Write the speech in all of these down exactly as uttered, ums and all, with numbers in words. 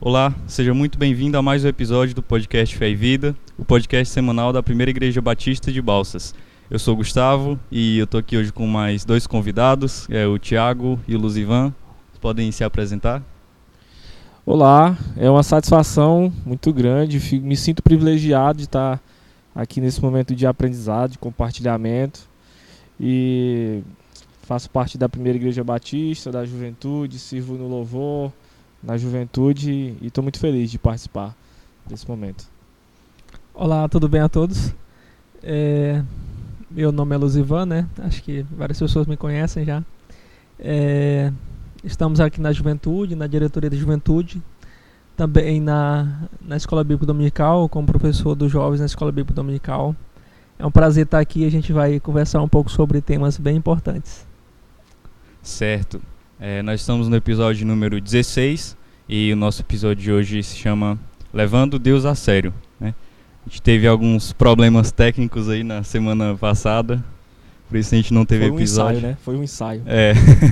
Olá, seja muito bem-vindo a mais um episódio do podcast Fé e Vida, o podcast semanal da Primeira Igreja Batista de Balsas. Eu sou o Gustavo e eu estou aqui hoje com mais dois convidados, é o Tiago e o Luzivan. Vocês podem se apresentar? Olá, é uma satisfação muito grande, fico, me sinto privilegiado de estar aqui nesse momento de aprendizado, de compartilhamento e faço parte da Primeira Igreja Batista, da Juventude, sirvo no louvor, na Juventude e estou muito feliz de participar desse momento. Olá, tudo bem a todos? É, meu nome é Luzivan, né? Acho que várias pessoas me conhecem já. É, estamos aqui na Juventude, na diretoria da Juventude, também na, na Escola Bíblica Dominical, como professor dos jovens na Escola Bíblica Dominical. É um prazer estar aqui e a gente vai conversar um pouco sobre temas bem importantes. Certo. É, nós estamos no episódio número dezesseis e o nosso episódio de hoje se chama Levando Deus a Sério, né? A gente teve alguns problemas técnicos aí na semana passada, por isso a gente não teve Foi um episódio. ensaio, né? Foi um ensaio. É.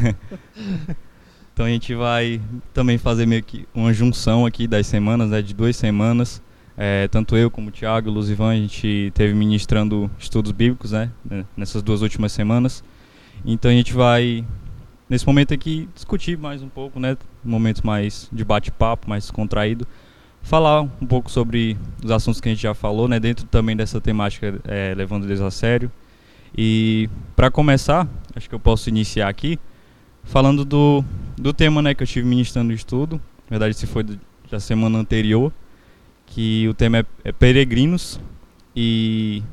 Então a gente vai também fazer meio que uma junção aqui das semanas, né, de duas semanas. É, tanto eu como o Thiago e o Luzivan, a gente teve ministrando estudos bíblicos, né, nessas duas últimas semanas. Então a gente vai, nesse momento aqui, discutir mais um pouco, né, momentos mais de bate-papo, mais descontraído. Falar um pouco sobre os assuntos que a gente já falou, né, dentro também dessa temática, é, levando Deus a sério. E para começar, acho que eu posso iniciar aqui falando do, do tema, né, que eu estive ministrando no estudo. Na verdade, esse foi do, da semana anterior, que o tema é, é peregrinos. E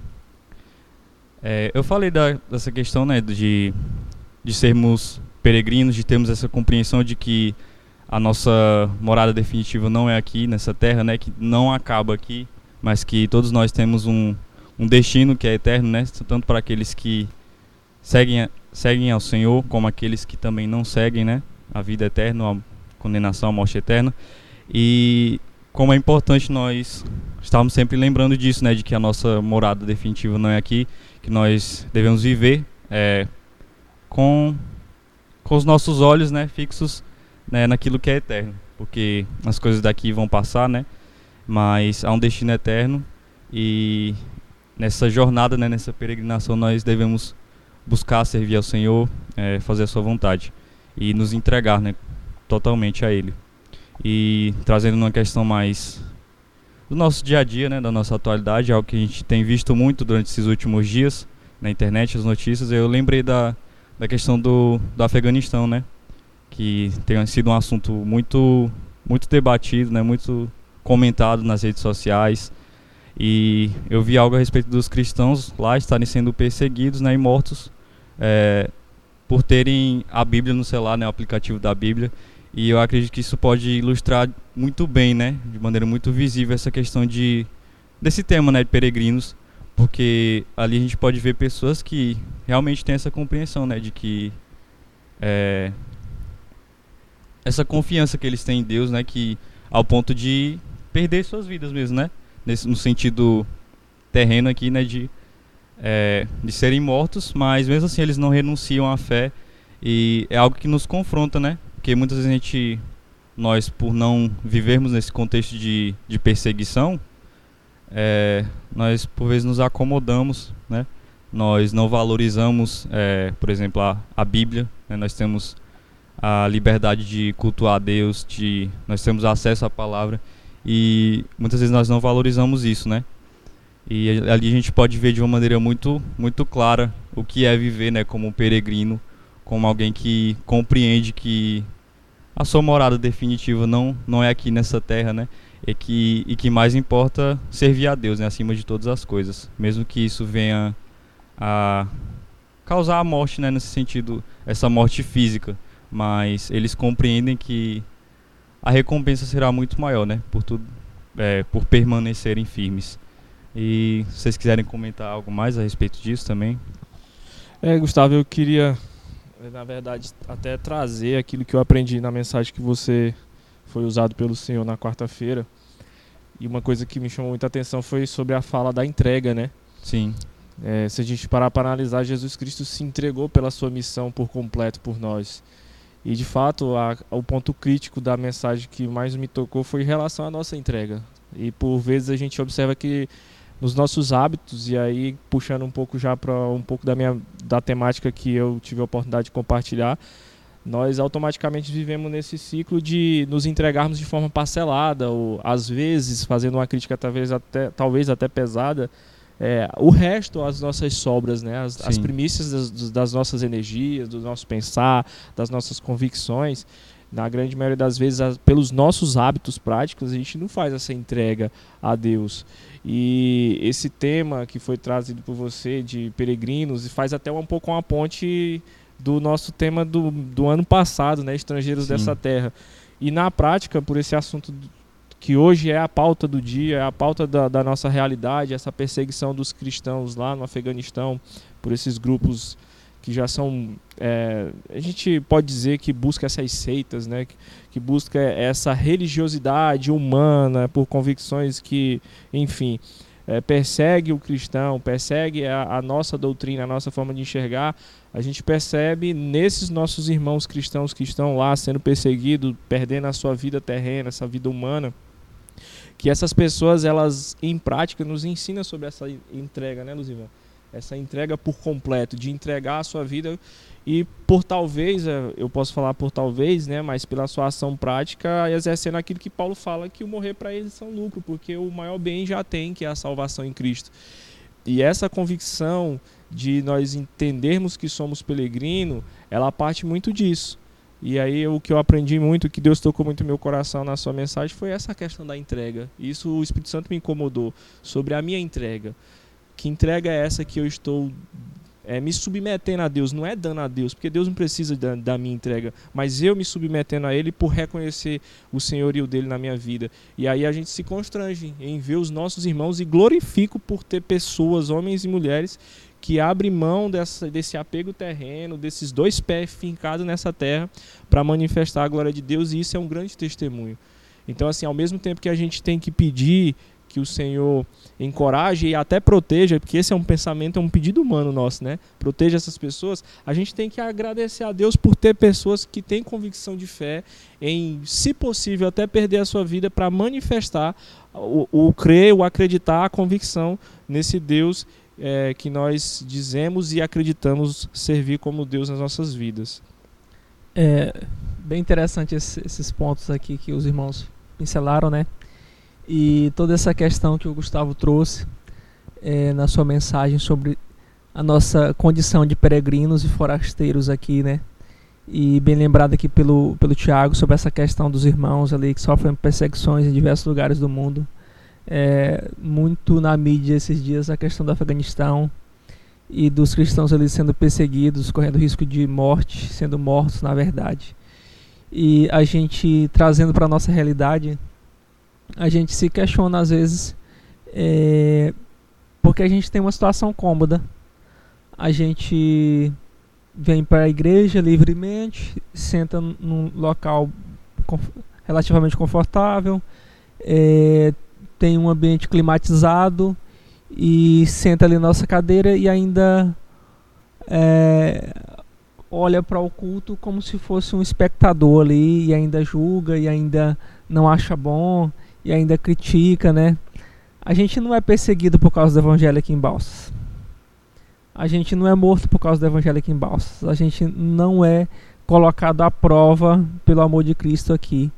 é, eu falei da, dessa questão, né, de, de sermos peregrinos, de termos essa compreensão de que a nossa morada definitiva não é aqui nessa terra, né, que não acaba aqui, mas que todos nós temos um, um destino que é eterno, né, tanto para aqueles que seguem, seguem ao Senhor, como aqueles que também não seguem, né, a vida eterna, a condenação, a morte eterna. E como é importante nós estarmos sempre lembrando disso, né, de que a nossa morada definitiva não é aqui, que nós devemos viver é, com, com os nossos olhos, né, fixos, né, naquilo que é eterno, porque as coisas daqui vão passar, né, mas há um destino eterno e nessa jornada, né, nessa peregrinação nós devemos buscar servir ao Senhor, é, fazer a sua vontade e nos entregar, né, totalmente a Ele. E trazendo uma questão mais do nosso dia a dia, né, da nossa atualidade, algo que a gente tem visto muito durante esses últimos dias na internet, as notícias, eu lembrei da, da questão do, do Afeganistão, né, que tem sido um assunto muito, muito debatido, né, muito comentado nas redes sociais. E eu vi algo a respeito dos cristãos lá estarem sendo perseguidos, né, e mortos é, por terem a Bíblia no celular, né, o aplicativo da Bíblia. E eu acredito que isso pode ilustrar muito bem, né, de maneira muito visível, essa questão de, desse tema, né, de peregrinos, porque ali a gente pode ver pessoas que realmente têm essa compreensão, né, de que é, essa confiança que eles têm em Deus, né, que ao ponto de perder suas vidas mesmo, né, nesse, no sentido terreno aqui, né, de, é, de serem mortos, mas mesmo assim eles não renunciam à fé, e é algo que nos confronta, né, porque muitas vezes a gente, nós por não vivermos nesse contexto de, de perseguição, é, nós por vezes nos acomodamos, né, nós não valorizamos, é, por exemplo, a, a Bíblia, né, nós temos a liberdade de cultuar a Deus, de, nós temos acesso à palavra, e muitas vezes nós não valorizamos isso, né? E ali a gente pode ver de uma maneira muito, muito clara o que é viver, né, como um peregrino, como alguém que compreende que a sua morada definitiva não, não é aqui nessa terra, né? E que, e que mais importa servir a Deus, né, acima de todas as coisas, mesmo que isso venha a causar a morte, né, nesse sentido, essa morte física. Mas eles compreendem que a recompensa será muito maior, né, por tudo, é, por permanecerem firmes. E se vocês quiserem comentar algo mais a respeito disso também. É, Gustavo, eu queria, na verdade, até trazer aquilo que eu aprendi na mensagem que você foi usado pelo Senhor na quarta-feira. E uma coisa que me chamou muita atenção foi sobre a fala da entrega, né? Sim. É, se a gente parar para analisar, Jesus Cristo se entregou pela sua missão por completo por nós. E de fato, a, o ponto crítico da mensagem que mais me tocou foi em relação à nossa entrega. E por vezes a gente observa que nos nossos hábitos, e aí puxando um pouco já para um pouco da, minha, da temática que eu tive a oportunidade de compartilhar, nós automaticamente vivemos nesse ciclo de nos entregarmos de forma parcelada, ou às vezes, fazendo uma crítica talvez até, talvez até pesada, É, o resto, as nossas sobras, né? as, as primícias das, das nossas energias, do nosso pensar, das nossas convicções, na grande maioria das vezes, as, pelos nossos hábitos práticos, a gente não faz essa entrega a Deus. E esse tema que foi trazido por você de peregrinos, faz até um pouco uma ponte do nosso tema do, do ano passado, né? Estrangeiros Sim. dessa terra. E na prática, por esse assunto que hoje é a pauta do dia, é a pauta da, da nossa realidade, essa perseguição dos cristãos lá no Afeganistão, por esses grupos que já são, é, a gente pode dizer que busca essas seitas, né, que, que busca essa religiosidade humana por convicções que, enfim, é, persegue o cristão, persegue a, a nossa doutrina, a nossa forma de enxergar. A gente percebe nesses nossos irmãos cristãos que estão lá sendo perseguidos, perdendo a sua vida terrena, essa vida humana, que essas pessoas, elas em prática nos ensinam sobre essa entrega, né, Luzivan? Essa entrega por completo, de entregar a sua vida e por talvez, eu posso falar por talvez, né, mas pela sua ação prática, exercendo aquilo que Paulo fala, que o morrer para eles são lucro, porque o maior bem já tem, que é a salvação em Cristo. E essa convicção de nós entendermos que somos peregrinos, ela parte muito disso. E aí o que eu aprendi muito, que Deus tocou muito no meu coração na sua mensagem, foi essa questão da entrega. Isso o Espírito Santo me incomodou, sobre a minha entrega. Que entrega é essa que eu estou é, me submetendo a Deus? Não é dando a Deus, porque Deus não precisa da, da minha entrega, mas eu me submetendo a Ele por reconhecer o senhorio dele na minha vida. E aí a gente se constrange em ver os nossos irmãos e glorifico por ter pessoas, homens e mulheres, que abrem mão dessa, desse apego terreno, desses dois pés fincados nessa terra, para manifestar a glória de Deus, e isso é um grande testemunho. Então, assim, ao mesmo tempo que a gente tem que pedir que o Senhor encoraje e até proteja, porque esse é um pensamento, é um pedido humano nosso, né? Proteja essas pessoas. A gente tem que agradecer a Deus por ter pessoas que têm convicção de fé em, se possível, até perder a sua vida para manifestar o, o crer, o acreditar, a convicção nesse Deus é, que nós dizemos e acreditamos servir como Deus nas nossas vidas. É bem interessante esse, esses pontos aqui que os irmãos pincelaram, né? E toda essa questão que o Gustavo trouxe é, na sua mensagem sobre a nossa condição de peregrinos e forasteiros aqui, né? E bem lembrado aqui pelo, pelo Tiago sobre essa questão dos irmãos ali que sofrem perseguições em diversos lugares do mundo. É, muito na mídia esses dias a questão do Afeganistão e dos cristãos ali sendo perseguidos, correndo risco de morte, sendo mortos na verdade. E a gente trazendo para a nossa realidade, a gente se questiona às vezes é, porque a gente tem uma situação cômoda. A gente vem para a igreja livremente, senta num local conf- relativamente confortável, é, tem um ambiente climatizado e senta ali na nossa cadeira e ainda é, olha para o culto como se fosse um espectador ali, e ainda julga e ainda não acha bom e ainda critica, né? A gente não é perseguido por causa do evangelho aqui em Balsas. A gente não é morto por causa do evangelho aqui em Balsas. A gente não é colocado à prova pelo amor de Cristo aqui.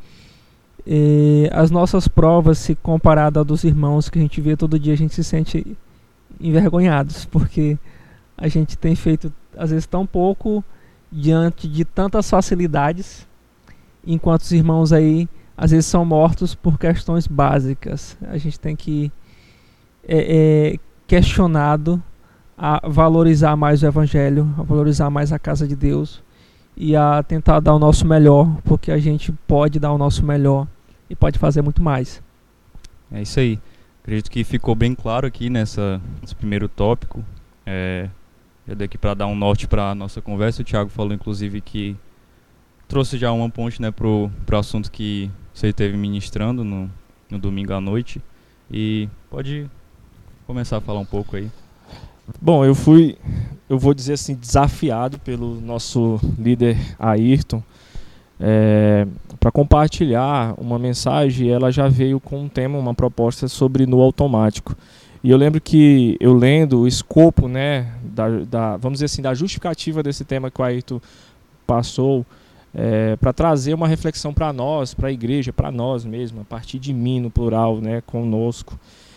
E as nossas provas, se comparada a dos irmãos que a gente vê todo dia, a gente se sente envergonhados, porque a gente tem feito às vezes tão pouco diante de tantas facilidades, enquanto os irmãos aí às vezes são mortos por questões básicas. A gente tem que é, é, questionado a valorizar mais o evangelho, a valorizar mais a casa de Deus e a tentar dar o nosso melhor, porque a gente pode dar o nosso melhor e pode fazer muito mais. É isso aí. Acredito que ficou bem claro aqui nessa, nesse primeiro tópico. É, já daqui para dar um norte para a nossa conversa, o Thiago falou inclusive que trouxe já uma ponte, né, para o assunto que você esteve ministrando no, no domingo à noite. E pode começar a falar um pouco aí. Bom, eu fui, eu vou dizer assim, desafiado pelo nosso líder Ayrton é, para compartilhar uma mensagem. Ela já veio com um tema, uma proposta sobre no automático. E eu lembro que eu lendo o escopo, né, da, da, vamos dizer assim, da justificativa desse tema que o Ayrton passou, é, para trazer uma reflexão para nós, para a igreja, para nós mesmo, a partir de mim no plural, né, conosco.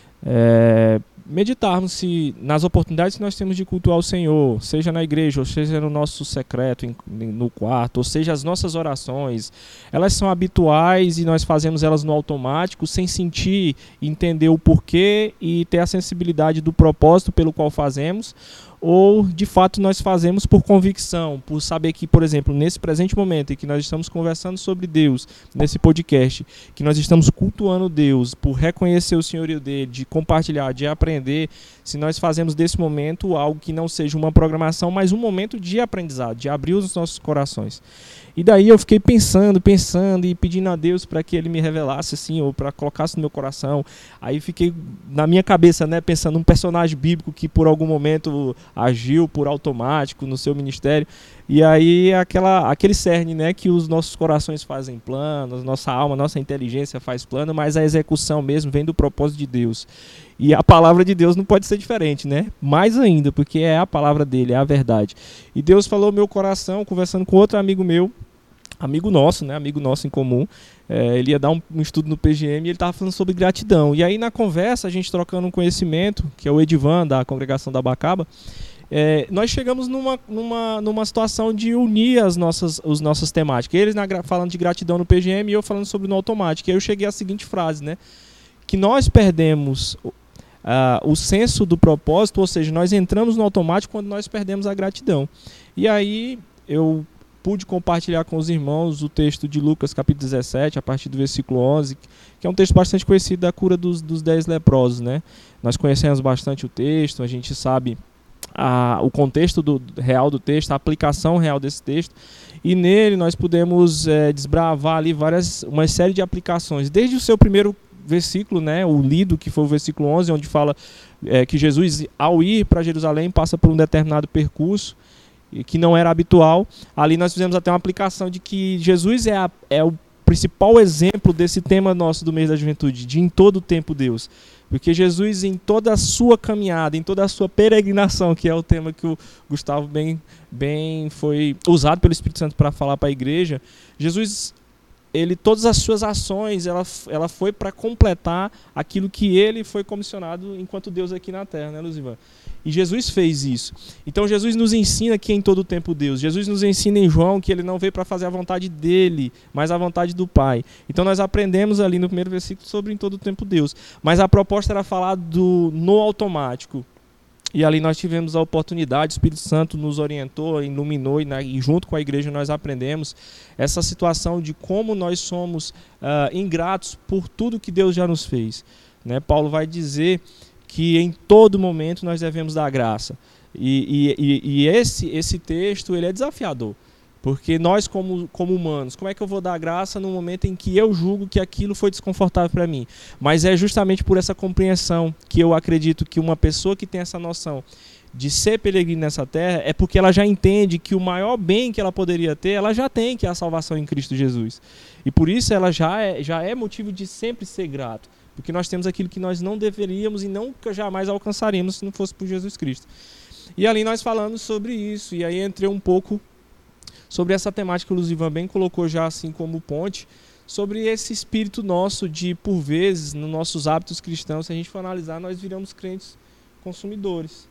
É, meditarmos se nas oportunidades que nós temos de cultuar o Senhor, seja na igreja, ou seja no nosso secreto, em, no quarto, ou seja as nossas orações, elas são habituais e nós fazemos elas no automático, sem sentir, entender o porquê e ter a sensibilidade do propósito pelo qual fazemos, ou de fato nós fazemos por convicção, por saber que, por exemplo, nesse presente momento em que nós estamos conversando sobre Deus, nesse podcast, que nós estamos cultuando Deus, por reconhecer o senhorio dele, de compartilhar, de aprender, se nós fazemos desse momento algo que não seja uma programação, mas um momento de aprendizado, de abrir os nossos corações. E daí eu fiquei pensando, pensando e pedindo a Deus para que Ele me revelasse assim, ou para colocasse no meu coração. Aí fiquei na minha cabeça, né, pensando num personagem bíblico que por algum momento agiu por automático no seu ministério. E aí aquela, aquele cerne, né, que os nossos corações fazem planos, nossa alma, nossa inteligência faz plano, mas a execução mesmo vem do propósito de Deus. E a palavra de Deus não pode ser diferente, né? Mais ainda, porque é a palavra dele, é a verdade. E Deus falou no meu coração, conversando com outro amigo meu, amigo nosso, né? Amigo nosso em comum. É, ele ia dar um, um estudo no P G M e ele estava falando sobre gratidão. E aí na conversa, a gente trocando um conhecimento, que é o Edivan, da congregação da Bacaba, é, nós chegamos numa, numa, numa situação de unir as nossas, as nossas temáticas. Eles na, falando de gratidão no P G M e eu falando sobre no automático. E aí eu cheguei à seguinte frase, né? Que nós perdemos Uh, o senso do propósito, ou seja, nós entramos no automático quando nós perdemos a gratidão. E aí eu pude compartilhar com os irmãos o texto de Lucas capítulo dezessete, a partir do versículo onze, que é um texto bastante conhecido da cura dos, dos dez leprosos, né? Nós conhecemos bastante o texto, a gente sabe a, o contexto do, real do texto, a aplicação real desse texto, e nele nós pudemos é, desbravar ali várias, uma série de aplicações, desde o seu primeiro versículo, né, o lido, que foi o versículo onze, onde fala é, que Jesus, ao ir para Jerusalém, passa por um determinado percurso e que não era habitual. Ali nós fizemos até uma aplicação de que Jesus é, a, é o principal exemplo desse tema nosso do mês da juventude, de em todo o tempo Deus. Porque Jesus, em toda a sua caminhada, em toda a sua peregrinação, que é o tema que o Gustavo bem, bem foi usado pelo Espírito Santo para falar para a igreja, Jesus... Ele, todas as suas ações, ela, ela foi para completar aquilo que ele foi comissionado enquanto Deus aqui na terra, né, Luzivan? E Jesus fez isso. Então Jesus nos ensina que em todo o tempo Deus. Jesus nos ensina em João que ele não veio para fazer a vontade dele, mas a vontade do Pai. Então nós aprendemos ali no primeiro versículo sobre em todo o tempo Deus. Mas a proposta era falar do no automático. E ali nós tivemos a oportunidade, o Espírito Santo nos orientou, iluminou, e, na, e junto com a igreja nós aprendemos essa situação de como nós somos uh, ingratos por tudo que Deus já nos fez. Né? Paulo vai dizer que em todo momento nós devemos dar graça. E, e, e esse, esse texto ele é desafiador. Porque nós, como, como humanos, como é que eu vou dar graça no momento em que eu julgo que aquilo foi desconfortável para mim? Mas é justamente por essa compreensão que eu acredito que uma pessoa que tem essa noção de ser peregrino nessa terra é porque ela já entende que o maior bem que ela poderia ter, ela já tem, que é a salvação em Cristo Jesus. E por isso ela já é, já é motivo de sempre ser grato. Porque nós temos aquilo que nós não deveríamos e nunca jamais alcançaríamos se não fosse por Jesus Cristo. E ali nós falamos sobre isso, e aí entrei um pouco sobre essa temática que o Luzivan bem colocou já assim como ponte, sobre esse espírito nosso de, por vezes, nos nossos hábitos cristãos, se a gente for analisar, nós viramos crentes consumidores.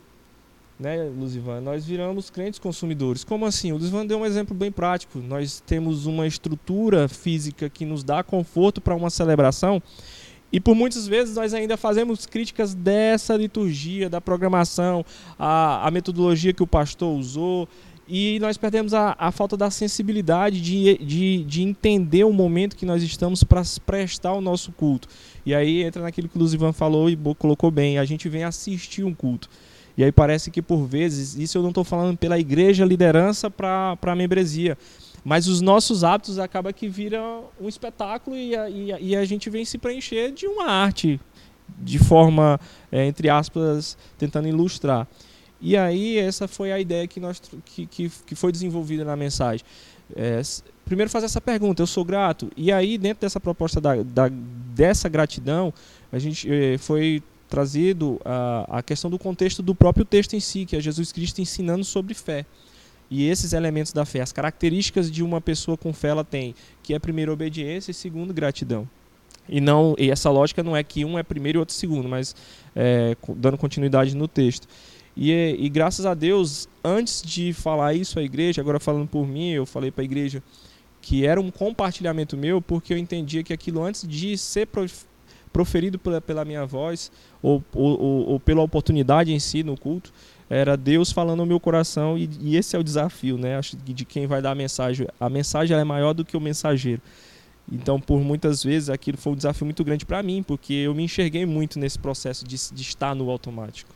Né, Luzivan? Nós viramos crentes consumidores. Como assim? O Luzivan deu um exemplo bem prático. Nós temos uma estrutura física que nos dá conforto para uma celebração, e por muitas vezes nós ainda fazemos críticas dessa liturgia, da programação, a, a metodologia que o pastor usou, e nós perdemos a, a falta da sensibilidade de, de, de entender o momento que nós estamos para prestar o nosso culto. E aí entra naquilo que o Luzivan falou e colocou bem, a gente vem assistir um culto. E aí parece que por vezes, isso eu não estou falando pela igreja liderança para a membresia, mas os nossos hábitos acabam que viram um espetáculo e a, e, a, e a gente vem se preencher de uma arte, de forma, é, entre aspas, tentando ilustrar. E aí essa foi a ideia que, nós, que, que, que foi desenvolvida na mensagem. É, primeiro fazer essa pergunta, eu sou grato? E aí, dentro dessa proposta da, da, dessa gratidão, a gente eh, foi trazido a, a questão do contexto do próprio texto em si, que é Jesus Cristo ensinando sobre fé. E esses elementos da fé, as características de uma pessoa com fé, ela tem, que é primeiro obediência e segundo gratidão. E, não, e essa lógica não é que um é primeiro e outro segundo, mas é, dando continuidade no texto. E, e graças a Deus, antes de falar isso à igreja, agora falando por mim, eu falei para a igreja que era um compartilhamento meu, porque eu entendia que aquilo antes de ser proferido pela, pela minha voz, ou, ou, ou, ou pela oportunidade em si no culto, era Deus falando no meu coração, e, e esse é o desafio, né? Acho que de quem vai dar a mensagem. A mensagem ela é maior do que o mensageiro. Então, por muitas vezes, aquilo foi um desafio muito grande para mim, porque eu me enxerguei muito nesse processo de, de estar no automático.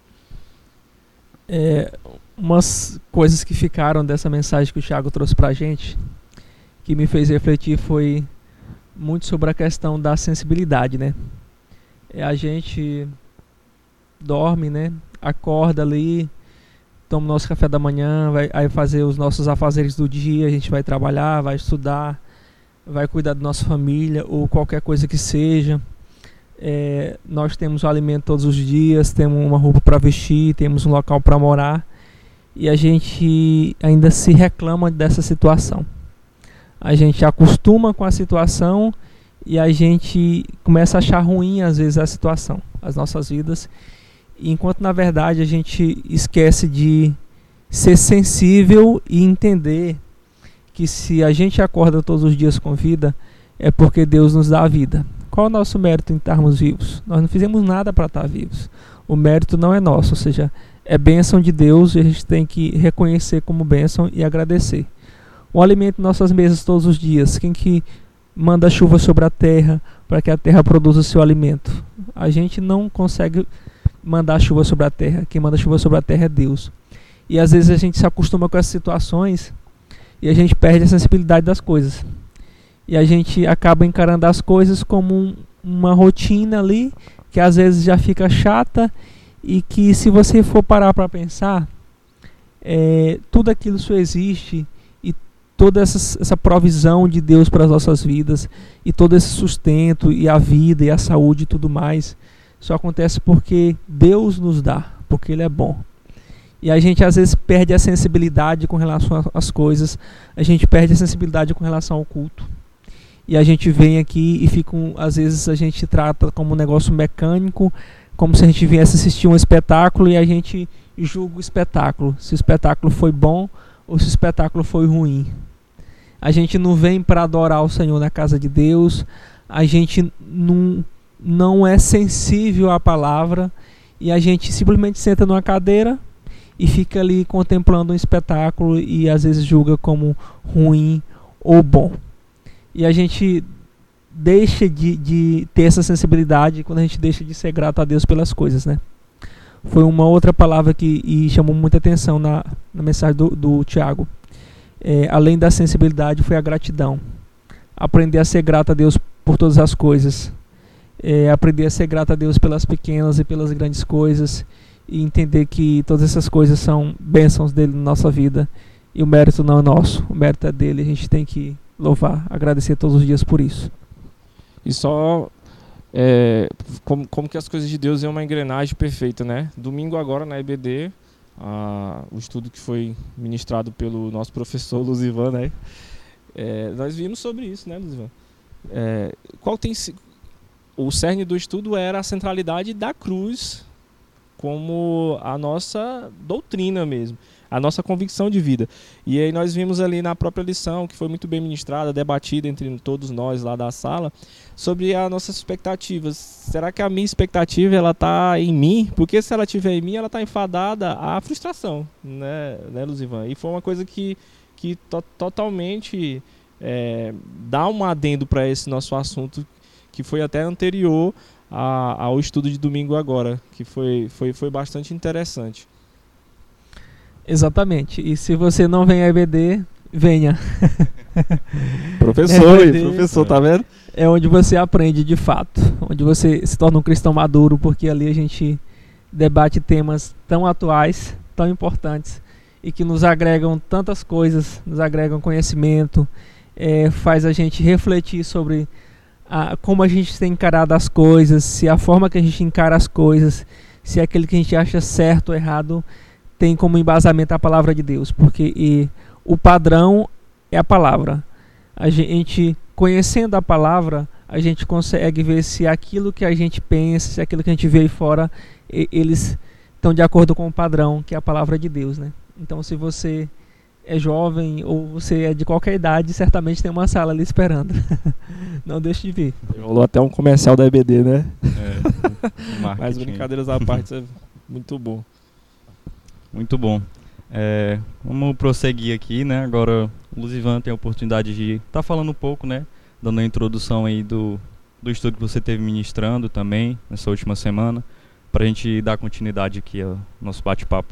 É, umas coisas que ficaram dessa mensagem que o Thiago trouxe para a gente, que me fez refletir, foi muito sobre a questão da sensibilidade, né? É, a gente dorme, né? Acorda ali, toma o nosso café da manhã, vai aí fazer os nossos afazeres do dia, a gente vai trabalhar, vai estudar, vai cuidar da nossa família ou qualquer coisa que seja. É, nós temos o alimento todos os dias, temos uma roupa para vestir, temos um local para morar, e a gente ainda se reclama dessa situação. A gente acostuma com a situação e a gente começa a achar ruim às vezes a situação, as nossas vidas, enquanto na verdade a gente esquece de ser sensível e entender que se a gente acorda todos os dias com vida, é porque Deus nos dá a vida. Qual é o nosso mérito em estarmos vivos? Nós não fizemos nada para estar vivos. O mérito não é nosso, ou seja, é bênção de Deus e a gente tem que reconhecer como bênção e agradecer. O alimento em nossas mesas todos os dias. Quem que manda a chuva sobre a terra para que a terra produza o seu alimento? A gente não consegue mandar a chuva sobre a terra. Quem manda a chuva sobre a terra é Deus. E às vezes a gente se acostuma com essas situações e a gente perde a sensibilidade das coisas. E a gente acaba encarando as coisas como um, uma rotina ali, que às vezes já fica chata, e que se você for parar para pensar, é, tudo aquilo só existe, e toda essa, essa provisão de Deus para as nossas vidas, e todo esse sustento, e a vida, e a saúde e tudo mais, só acontece porque Deus nos dá, porque Ele é bom. E a gente às vezes perde a sensibilidade com relação às coisas, a gente perde a sensibilidade com relação ao culto. E a gente vem aqui e fica, um, às vezes a gente trata como um negócio mecânico, como se a gente viesse assistir um espetáculo e a gente julga o espetáculo, se o espetáculo foi bom ou se o espetáculo foi ruim. A gente não vem para adorar o Senhor na casa de Deus, a gente não, não é sensível à palavra e a gente simplesmente senta numa cadeira e fica ali contemplando um espetáculo e às vezes julga como ruim ou bom. E a gente deixa de, de ter essa sensibilidade quando a gente deixa de ser grato a Deus pelas coisas, né? Foi uma outra palavra que e chamou muita atenção na, na mensagem do, do Thiago. É, além da sensibilidade, foi a gratidão. Aprender a ser grato a Deus por todas as coisas. É, aprender a ser grato a Deus pelas pequenas e pelas grandes coisas. E entender que todas essas coisas são bênçãos dele na nossa vida. E o mérito não é nosso, o mérito é dele. A gente tem que louvar, agradecer todos os dias por isso. E só é, como, como que as coisas de Deus é uma engrenagem perfeita, né? Domingo agora na E B D, a, o estudo que foi ministrado pelo nosso professor Luzivan, né? É, nós vimos sobre isso, né, Luzivan? É, qual tem o cerne do estudo era a centralidade da cruz como a nossa doutrina mesmo, a nossa convicção de vida. E aí nós vimos ali na própria lição, que foi muito bem ministrada, debatida entre todos nós lá da sala, sobre as nossas expectativas. Será que a minha expectativa ela está em mim? Porque se ela estiver em mim, ela está enfadada à frustração, né, né, Luzivan? E foi uma coisa que, que to totalmente é, dá um adendo para esse nosso assunto, que foi até anterior a, ao estudo de domingo agora, que foi, foi, foi bastante interessante. Exatamente. E se você não vem a E B D, venha. Professor, E B D, professor, tá vendo? É onde você aprende de fato, onde você se torna um cristão maduro, porque ali a gente debate temas tão atuais, tão importantes e que nos agregam tantas coisas, nos agregam conhecimento, é, faz a gente refletir sobre a, como a gente tem encarado as coisas, se a forma que a gente encara as coisas, se aquilo que a gente acha certo ou errado tem como embasamento a palavra de Deus, porque e, o padrão é a palavra. A gente, conhecendo a palavra, a gente consegue ver se aquilo que a gente pensa, se aquilo que a gente vê aí fora, e, eles estão de acordo com o padrão, que é a palavra de Deus, né? Então, se você é jovem ou você é de qualquer idade, certamente tem uma sala ali esperando. Não deixe de vir. Rolou até um comercial da E B D, né? É, mas brincadeiras à parte, é muito bom. Muito bom. É, vamos prosseguir aqui, né? Agora o Luzivan tem a oportunidade de estar tá falando um pouco, né? Dando a introdução aí do, do estudo que você teve ministrando também nessa última semana, para a gente dar continuidade aqui ao nosso bate-papo.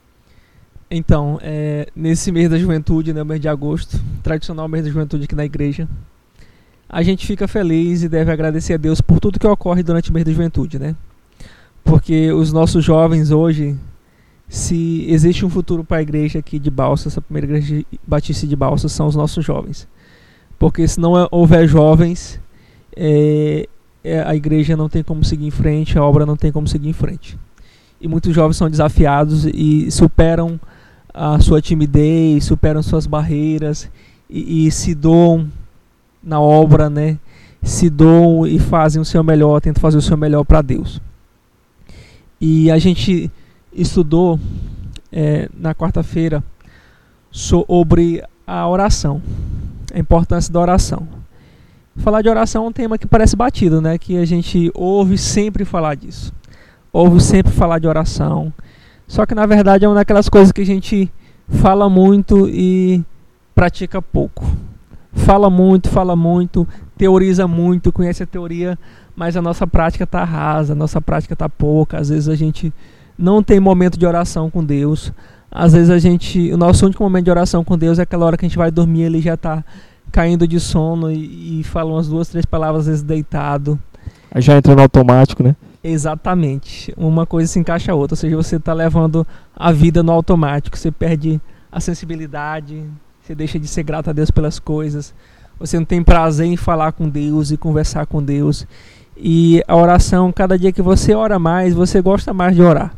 Então, é, nesse mês da juventude, né, mês de agosto, tradicional mês da juventude aqui na igreja, a gente fica feliz e deve agradecer a Deus por tudo que ocorre durante o mês da juventude, né? Porque os nossos jovens hoje, se existe um futuro para a igreja aqui de Balsas, a primeira igreja batista de Balsas, são os nossos jovens. Porque se não houver jovens, é, é, a igreja não tem como seguir em frente, a obra não tem como seguir em frente. E muitos jovens são desafiados e superam a sua timidez, superam suas barreiras e, e se doam na obra, né? Se doam e fazem o seu melhor, tentam fazer o seu melhor para Deus. E a gente estudou é, na quarta-feira sobre a oração, a importância da oração. Falar de oração é um tema que parece batido, né? Que a gente ouve sempre falar disso. Ouve sempre falar de oração. Só que na verdade é uma daquelas coisas que a gente fala muito e pratica pouco. Fala muito, fala muito, teoriza muito, conhece a teoria, mas a nossa prática está rasa, a nossa prática está pouca. Às vezes a gente não tem momento de oração com Deus. Às vezes a gente, o nosso único momento de oração com Deus é aquela hora que a gente vai dormir, ele já está caindo de sono e, e fala umas duas, três palavras, às vezes deitado. Aí já entra no automático, né? Exatamente. Uma coisa se encaixa a outra. Ou seja, você está levando a vida no automático. Você perde a sensibilidade. Você deixa de ser grato a Deus pelas coisas. Você não tem prazer em falar com Deus e conversar com Deus. E a oração, cada dia que você ora mais, você gosta mais de orar.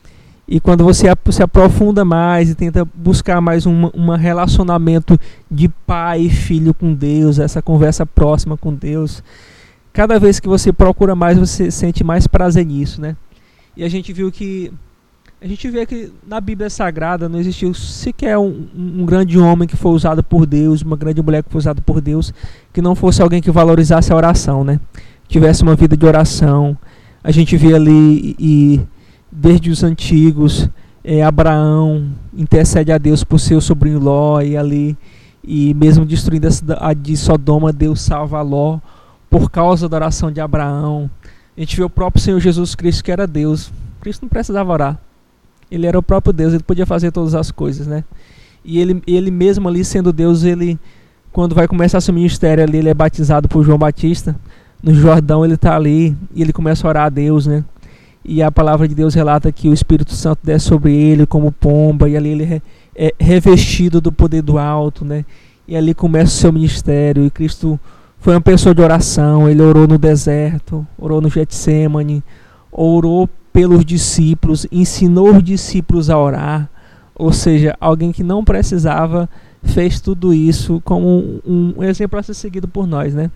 E quando você se aprofunda mais e tenta buscar mais um um relacionamento de pai e filho com Deus, essa conversa próxima com Deus, cada vez que você procura mais, você sente mais prazer nisso, né? E a gente viu que a gente vê que na Bíblia Sagrada não existiu sequer um, um grande homem que foi usado por Deus, uma grande mulher que foi usada por Deus, que não fosse alguém que valorizasse a oração, né? Tivesse uma vida de oração. A gente vê ali e desde os antigos, é, Abraão intercede a Deus por seu sobrinho Ló, e ali, e mesmo destruindo a de Sodoma, Deus salva Ló por causa da oração de Abraão. A gente vê o próprio Senhor Jesus Cristo, que era Deus. Cristo não precisava orar. Ele era o próprio Deus, ele podia fazer todas as coisas, né? E ele, ele mesmo ali sendo Deus, ele, quando vai começar seu ministério ali, ele é batizado por João Batista. No Jordão ele está ali e ele começa a orar a Deus, né? E a palavra de Deus relata que o Espírito Santo desce sobre ele como pomba, e ali ele é revestido do poder do alto, né? E ali começa o seu ministério, e Cristo foi uma pessoa de oração. Ele orou no deserto, orou no Getsêmani, orou pelos discípulos, ensinou os discípulos a orar. Ou seja, alguém que não precisava fez tudo isso como um, um exemplo a ser seguido por nós, né?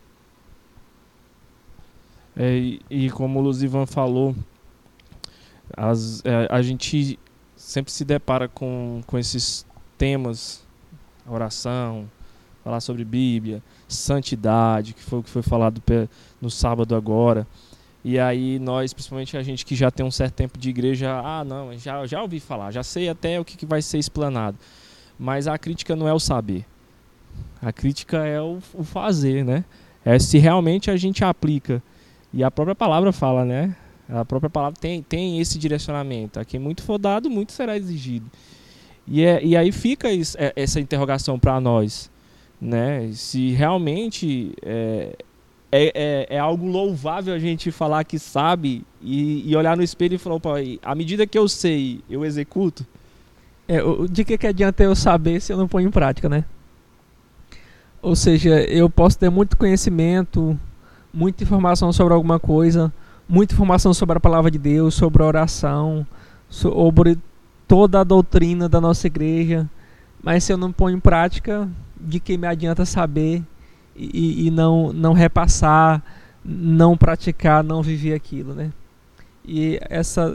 É, e, e como o Luzivan falou, as, é, a gente sempre se depara com, com esses temas, oração, falar sobre Bíblia, santidade, que foi o que foi falado no sábado agora. E aí nós, principalmente a gente que já tem um certo tempo de igreja, ah não, já, já ouvi falar, já sei até o que, que vai ser explanado. Mas a crítica não é o saber, a crítica é o, o fazer, né? É se realmente a gente aplica. E a própria palavra fala, né? A própria palavra tem, tem esse direcionamento. A quem muito for dado, muito será exigido. E, é, e aí fica isso, é, essa interrogação para nós, né? Se realmente é, é, é, é algo louvável a gente falar que sabe e, e olhar no espelho e falar, opa, à medida que eu sei, eu executo. É, de que, que adianta eu saber se eu não ponho em prática, né? Ou seja, eu posso ter muito conhecimento, muita informação sobre alguma coisa, muita informação sobre a palavra de Deus, sobre a oração, sobre toda a doutrina da nossa igreja, mas se eu não ponho em prática, de que me adianta saber e, e não, não repassar, não praticar, não viver aquilo, né? E essa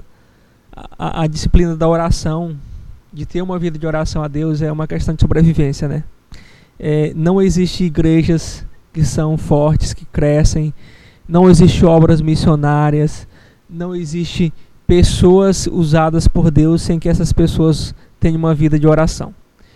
a, a disciplina da oração, de ter uma vida de oração a Deus, é uma questão de sobrevivência, né? É, não existe igrejas que são fortes, que crescem, não existe obras missionárias, não existe pessoas usadas por Deus sem que essas pessoas tenham uma vida de oração.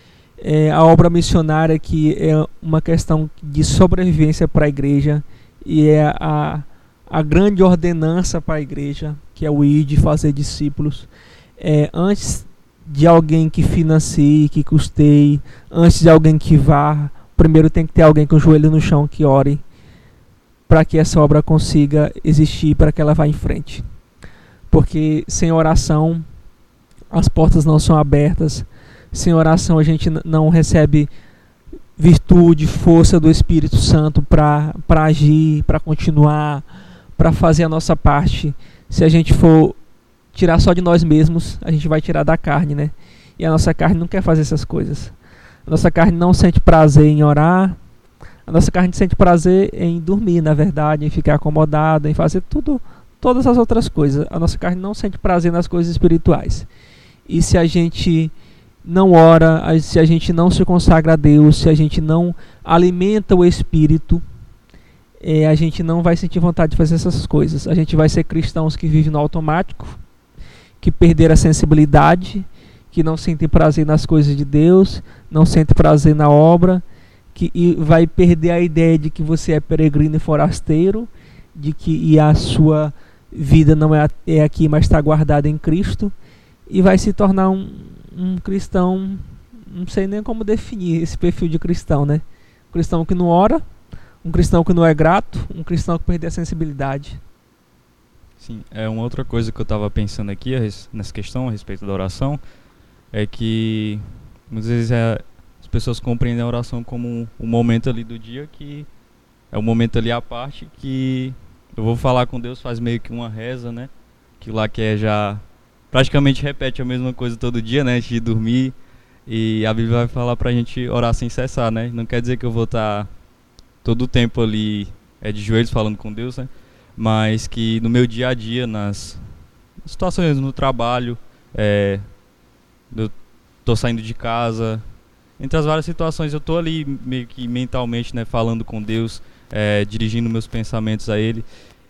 É, a obra missionária que é uma questão de sobrevivência para a igreja e é a, a grande ordenança para a igreja, que é o ir de fazer discípulos. É, antes de alguém que financie, que custeie, antes de alguém que vá, primeiro tem que ter alguém com o joelho no chão que ore para que essa obra consiga existir, para que ela vá em frente. Porque sem oração as portas não são abertas. Sem oração a gente não recebe virtude, força do Espírito Santo para para agir, para continuar, para fazer a nossa parte. Se a gente for tirar só de nós mesmos, a gente vai tirar da carne, né? E a nossa carne não quer fazer essas coisas. A nossa carne não sente prazer em orar. A nossa carne sente prazer em dormir, na verdade, em ficar acomodada, em fazer tudo, todas as outras coisas. A nossa carne não sente prazer nas coisas espirituais. E se a gente não ora, se a gente não se consagra a Deus, se a gente não alimenta o Espírito, é, a gente não vai sentir vontade de fazer essas coisas. A gente vai ser cristãos que vivem no automático, que perderam a sensibilidade, que não sentem prazer nas coisas de Deus, não sentem prazer na obra, que e vai perder a ideia de que você é peregrino e forasteiro, de que e a sua vida não é, é aqui, mas está guardada em Cristo, e vai se tornar um, um cristão, não sei nem como definir esse perfil de cristão, né? Um cristão que não ora, um cristão que não é grato, um cristão que perdeu a sensibilidade. Sim, é uma outra coisa que eu estava pensando aqui nessa questão a respeito da oração, é que muitas vezes é, as pessoas compreendem a oração como um, um momento ali do dia que é um momento ali à parte que eu vou falar com Deus, faz meio que uma reza, né? Que lá que é já praticamente repete a mesma coisa todo dia, né? Antes de dormir, e a Bíblia vai falar pra gente orar sem cessar, né? Não quer dizer que eu vou estar todo o tempo ali é, de joelhos falando com Deus, né? Mas que no meu dia a dia, nas situações no trabalho, é, eu tô saindo de casa, entre as várias situações eu tô ali meio que mentalmente, né, falando com Deus, é, dirigindo meus pensamentos a Ele.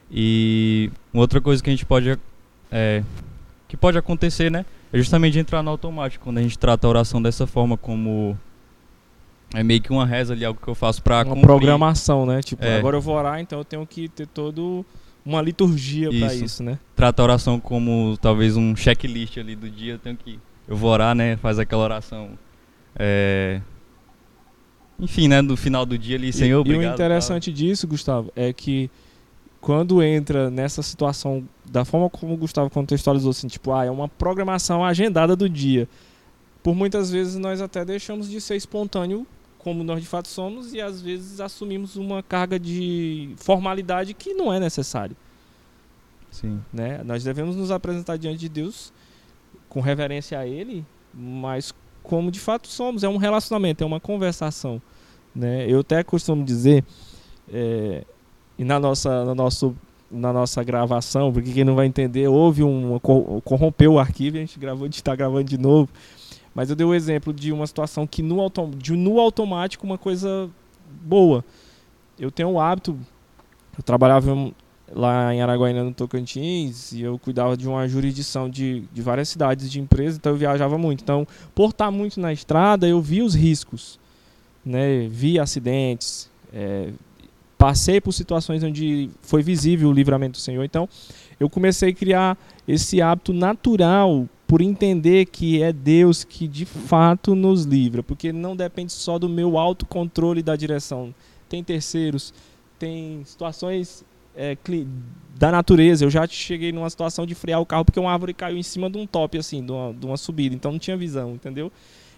E uma outra coisa que a gente pode é, que pode acontecer, né, é justamente entrar no automático quando a gente trata a oração dessa forma, como é meio que uma reza ali, algo que eu faço para uma programação, né? Tipo, é. agora eu vou orar, então eu tenho que ter todo uma liturgia para isso, né? Trata a oração como talvez um checklist ali do dia, eu tenho que eu vou orar, né? Faz aquela oração, é, enfim, né? No final do dia ali, Senhor, obrigado. E o interessante disso, Gustavo, é que quando entra nessa situação, da forma como o Gustavo contextualizou, assim, tipo, ah, é uma programação agendada do dia. Por muitas vezes nós até deixamos de ser espontâneo, como nós de fato somos, e às vezes assumimos uma carga de formalidade que não é necessário. Sim. Né? Nós devemos nos apresentar diante de Deus com reverência a Ele, mas como de fato somos. É um relacionamento, é uma conversação. Né? Eu até costumo dizer, é, e na nossa, no nosso, na nossa gravação, porque quem não vai entender, houve um, corrompeu o arquivo, a gente gravou, a gente está gravando de novo. Mas eu dei o exemplo de uma situação que no, autom- de, no automático uma coisa boa. Eu tenho o hábito, eu trabalhava lá em Araguaína, no Tocantins, e eu cuidava de uma jurisdição de, de várias cidades de empresa, então eu viajava muito. Então, por estar muito na estrada, eu vi os riscos, né? Vi acidentes, é, passei por situações onde foi visível o livramento do Senhor. Então, eu comecei a criar esse hábito natural por entender que é Deus que de fato nos livra, porque não depende só do meu autocontrole da direção. Tem terceiros, tem situações é, da natureza. Eu já cheguei numa situação de frear o carro porque uma árvore caiu em cima de um top, assim, de uma, de uma subida, então não tinha visão, entendeu?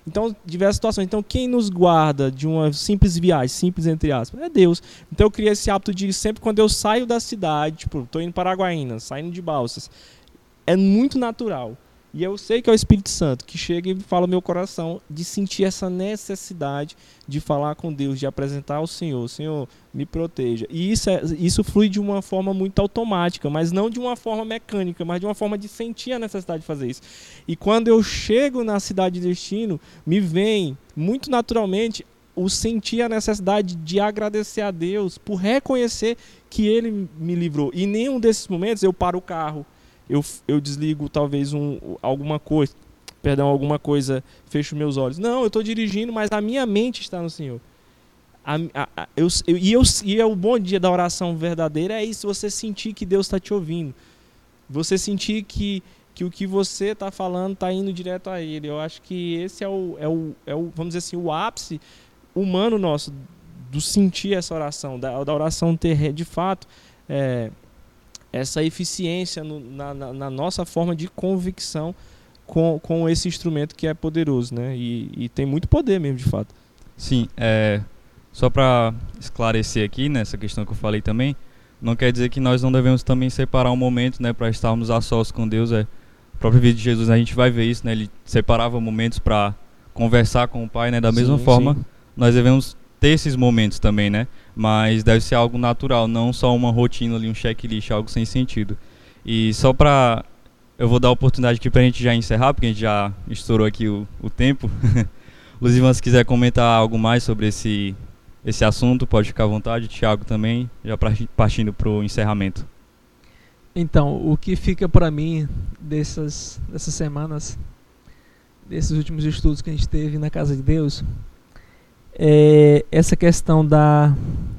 Então, diversas situações. Então, quem nos guarda de uma simples viagem, simples entre aspas, é Deus. Então, eu criei esse hábito de sempre quando eu saio da cidade, tipo, estou indo para Araguaína, saindo de Balsas, é muito natural. E eu sei que é o Espírito Santo que chega e fala no meu coração de sentir essa necessidade de falar com Deus, de apresentar ao Senhor. Senhor, me proteja. E isso, é, isso flui de uma forma muito automática, mas não de uma forma mecânica, mas de uma forma de sentir a necessidade de fazer isso. E quando eu chego na cidade de destino, me vem muito naturalmente o sentir a necessidade de agradecer a Deus por reconhecer que Ele me livrou. E em nenhum desses momentos eu paro o carro, Eu, eu desligo talvez um, alguma coisa, perdão, alguma coisa, fecho meus olhos. Não, eu estou dirigindo, mas a minha mente está no Senhor. A, a, a, eu, eu, e, eu, e é o bom dia da oração verdadeira, é isso, você sentir que Deus está te ouvindo. Você sentir que, que o que você está falando está indo direto a Ele. Eu acho que esse é o, é, o, é o, vamos dizer assim, o ápice humano nosso, do sentir essa oração, da, da oração ter, de fato, é, essa eficiência no, na, na, na nossa forma de convicção com, com esse instrumento que é poderoso, né? E, e tem muito poder mesmo, de fato. Sim, é, só para esclarecer aqui, nessa questão que eu falei também, não quer dizer que nós não devemos também separar um momento, né, para estarmos a sós com Deus. É, o próprio vídeo de Jesus, a gente vai ver isso, né? Ele separava momentos para conversar com o Pai, né? Da mesma Sim, forma, sim. nós devemos ter esses momentos também, né? Mas deve ser algo natural, não só uma rotina ali, um checklist, algo sem sentido. E só pra... eu vou dar a oportunidade aqui pra gente já encerrar, porque a gente já estourou aqui o, o tempo. Luzivan, se quiser comentar algo mais sobre esse, esse assunto, pode ficar à vontade. Thiago também, já partindo pro encerramento. Então, o que fica para mim dessas, dessas semanas, desses últimos estudos que a gente teve na Casa de Deus, é essa questão da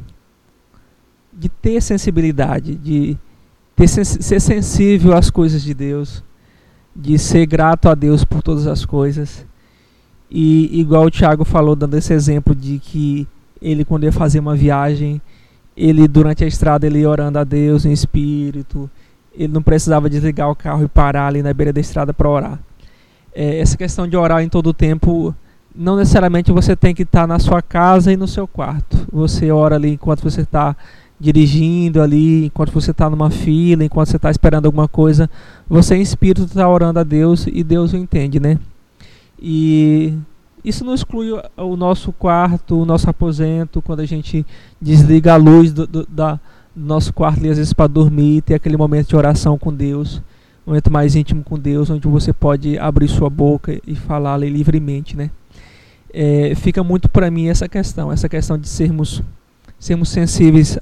de ter sensibilidade, de ter, ser sensível às coisas de Deus, de ser grato a Deus por todas as coisas. E igual o Thiago falou, dando esse exemplo de que ele, quando ia fazer uma viagem, ele durante a estrada ele ia orando a Deus em espírito, ele não precisava desligar o carro e parar ali na beira da estrada para orar. É, essa questão de orar em todo o tempo, não necessariamente você tem que estar na sua casa e no seu quarto. Você ora ali enquanto você está dirigindo ali, enquanto você está numa fila, enquanto você está esperando alguma coisa. Você em espírito está orando a Deus e Deus o entende, né? E isso não exclui o nosso quarto, o nosso aposento, quando a gente desliga a luz do, do, da, do nosso quarto ali, às vezes para dormir, ter aquele momento de oração com Deus, um momento mais íntimo com Deus, onde você pode abrir sua boca e falar ali livremente, né? É, fica muito para mim essa questão, essa questão de sermos, sermos sensíveis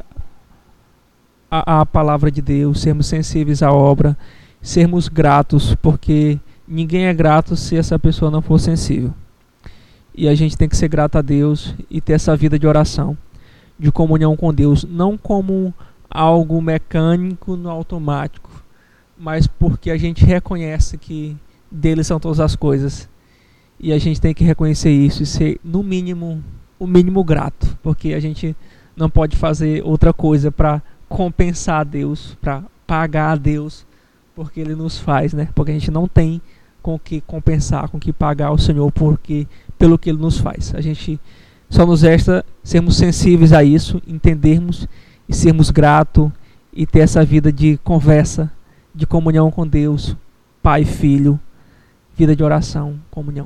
à, à palavra de Deus, sermos sensíveis à obra, sermos gratos, porque ninguém é grato se essa pessoa não for sensível. E a gente tem que ser grato a Deus e ter essa vida de oração, de comunhão com Deus, não como algo mecânico, no automático, mas porque a gente reconhece que dele são todas as coisas. E a gente tem que reconhecer isso e ser, no mínimo, o mínimo grato, porque a gente não pode fazer outra coisa para compensar a Deus, para pagar a Deus, porque Ele nos faz, né? Porque a gente não tem com que compensar, com que pagar ao Senhor porque, pelo que Ele nos faz. A gente só nos resta sermos sensíveis a isso, entendermos e sermos gratos e ter essa vida de conversa, de comunhão com Deus, Pai e Filho, vida de oração, comunhão.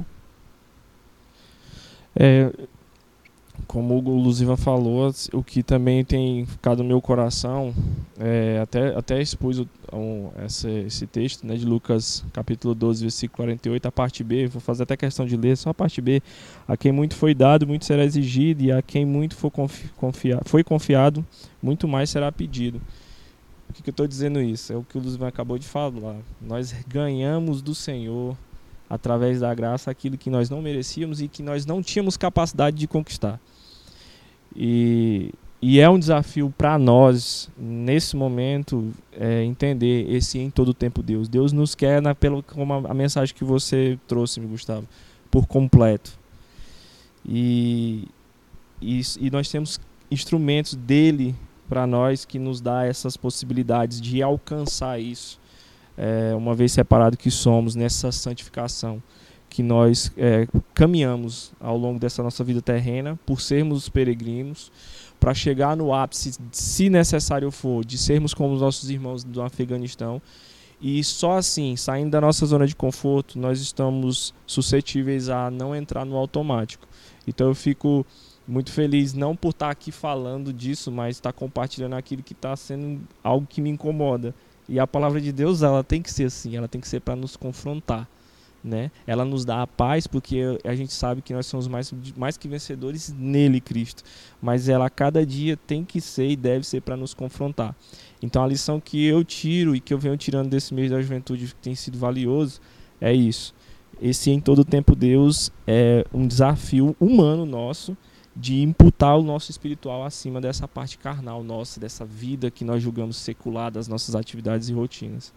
É, como o Luzivan falou, o que também tem ficado no meu coração, é, até, até expus o, um, esse, esse texto, né, de Lucas capítulo doze, versículo quarenta e oito, a parte B, vou fazer até questão de ler só a parte B. A quem muito foi dado, muito será exigido, e a quem muito for confi, confia, foi confiado, muito mais será pedido. Por que, que eu estou dizendo isso? É o que o Luzivan acabou de falar. Nós ganhamos do Senhor, através da graça, aquilo que nós não merecíamos e que nós não tínhamos capacidade de conquistar. E, e é um desafio para nós, nesse momento, é, entender esse em todo tempo Deus. Deus nos quer, na, pelo, como a, a mensagem que você trouxe, Gustavo, por completo. E, e, e nós temos instrumentos dele para nós que nos dá essas possibilidades de alcançar isso. É, uma vez separado que somos nessa santificação, que nós é, caminhamos ao longo dessa nossa vida terrena, por sermos peregrinos, para chegar no ápice, se necessário for, de sermos como os nossos irmãos do Afeganistão. E só assim, saindo da nossa zona de conforto, nós estamos suscetíveis a não entrar no automático. Então eu fico muito feliz, não por estar aqui falando disso, mas estar compartilhando aquilo que está sendo algo que me incomoda. E a palavra de Deus, ela tem que ser assim, ela tem que ser para nos confrontar, né? Ela nos dá a paz, porque a gente sabe que nós somos mais, mais que vencedores nele, Cristo. Mas ela a cada dia tem que ser e deve ser para nos confrontar. Então a lição que eu tiro e que eu venho tirando desse mês da juventude, que tem sido valioso, é isso. Esse em todo tempo Deus é um desafio humano nosso de imputar o nosso espiritual acima dessa parte carnal nossa, dessa vida que nós julgamos secular, das nossas atividades e rotinas.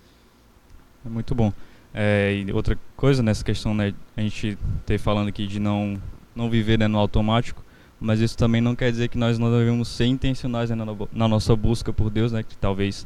É muito bom. É, e outra coisa nessa questão, né, a gente ter falando aqui de não, não viver, né, no automático, mas isso também não quer dizer que nós não devemos ser intencionais, né, na, na nossa busca por Deus, né, que talvez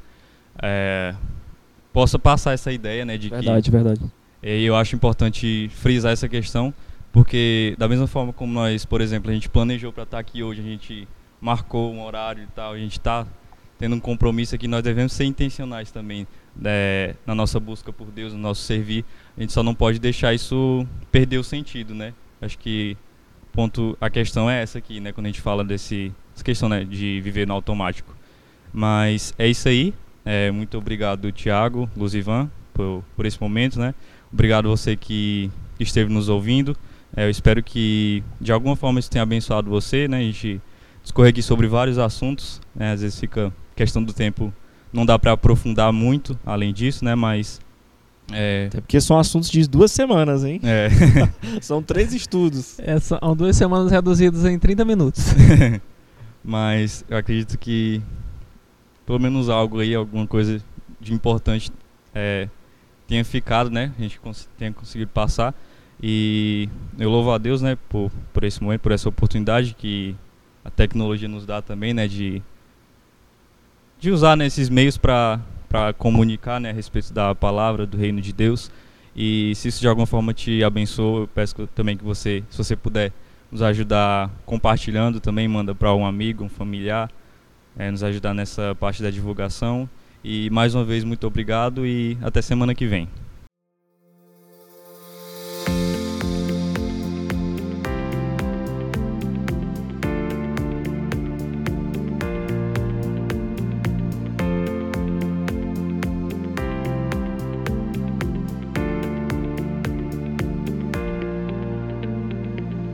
é, possa passar essa ideia, né, de verdade, que... Verdade, verdade. E eu acho importante frisar essa questão, porque da mesma forma como nós, por exemplo, a gente planejou para estar aqui hoje, a gente marcou um horário e tal, a gente está tendo um compromisso aqui, nós devemos ser intencionais também, né, na nossa busca por Deus, no nosso servir. A gente só não pode deixar isso perder o sentido, né? Acho que ponto, a questão é essa aqui, né? Quando a gente fala desse, dessa questão, né, de viver no automático. Mas é isso aí. É, muito obrigado, Thiago, Luzivan, por, por esse momento, né? Obrigado você que esteve nos ouvindo. É, eu espero que de alguma forma isso tenha abençoado você, né? A gente discorre aqui sobre vários assuntos, né? Às vezes fica questão do tempo, não dá para aprofundar muito além disso, né? Mas é... até porque são assuntos de duas semanas, hein? É. São três estudos. É, são duas semanas reduzidas em trinta minutos. Mas eu acredito que pelo menos algo aí, alguma coisa de importante é, tenha ficado, né? A gente cons- tenha conseguido passar. E eu louvo a Deus, né, por, por esse momento, por essa oportunidade que a tecnologia nos dá também, né, de, de usar, né, esses meios para para comunicar, né, a respeito da palavra, do reino de Deus. E se isso de alguma forma te abençoa, eu peço também que você, se você puder, nos ajudar compartilhando também, manda para um amigo, um familiar, é, nos ajudar nessa parte da divulgação. E mais uma vez, muito obrigado e até semana que vem.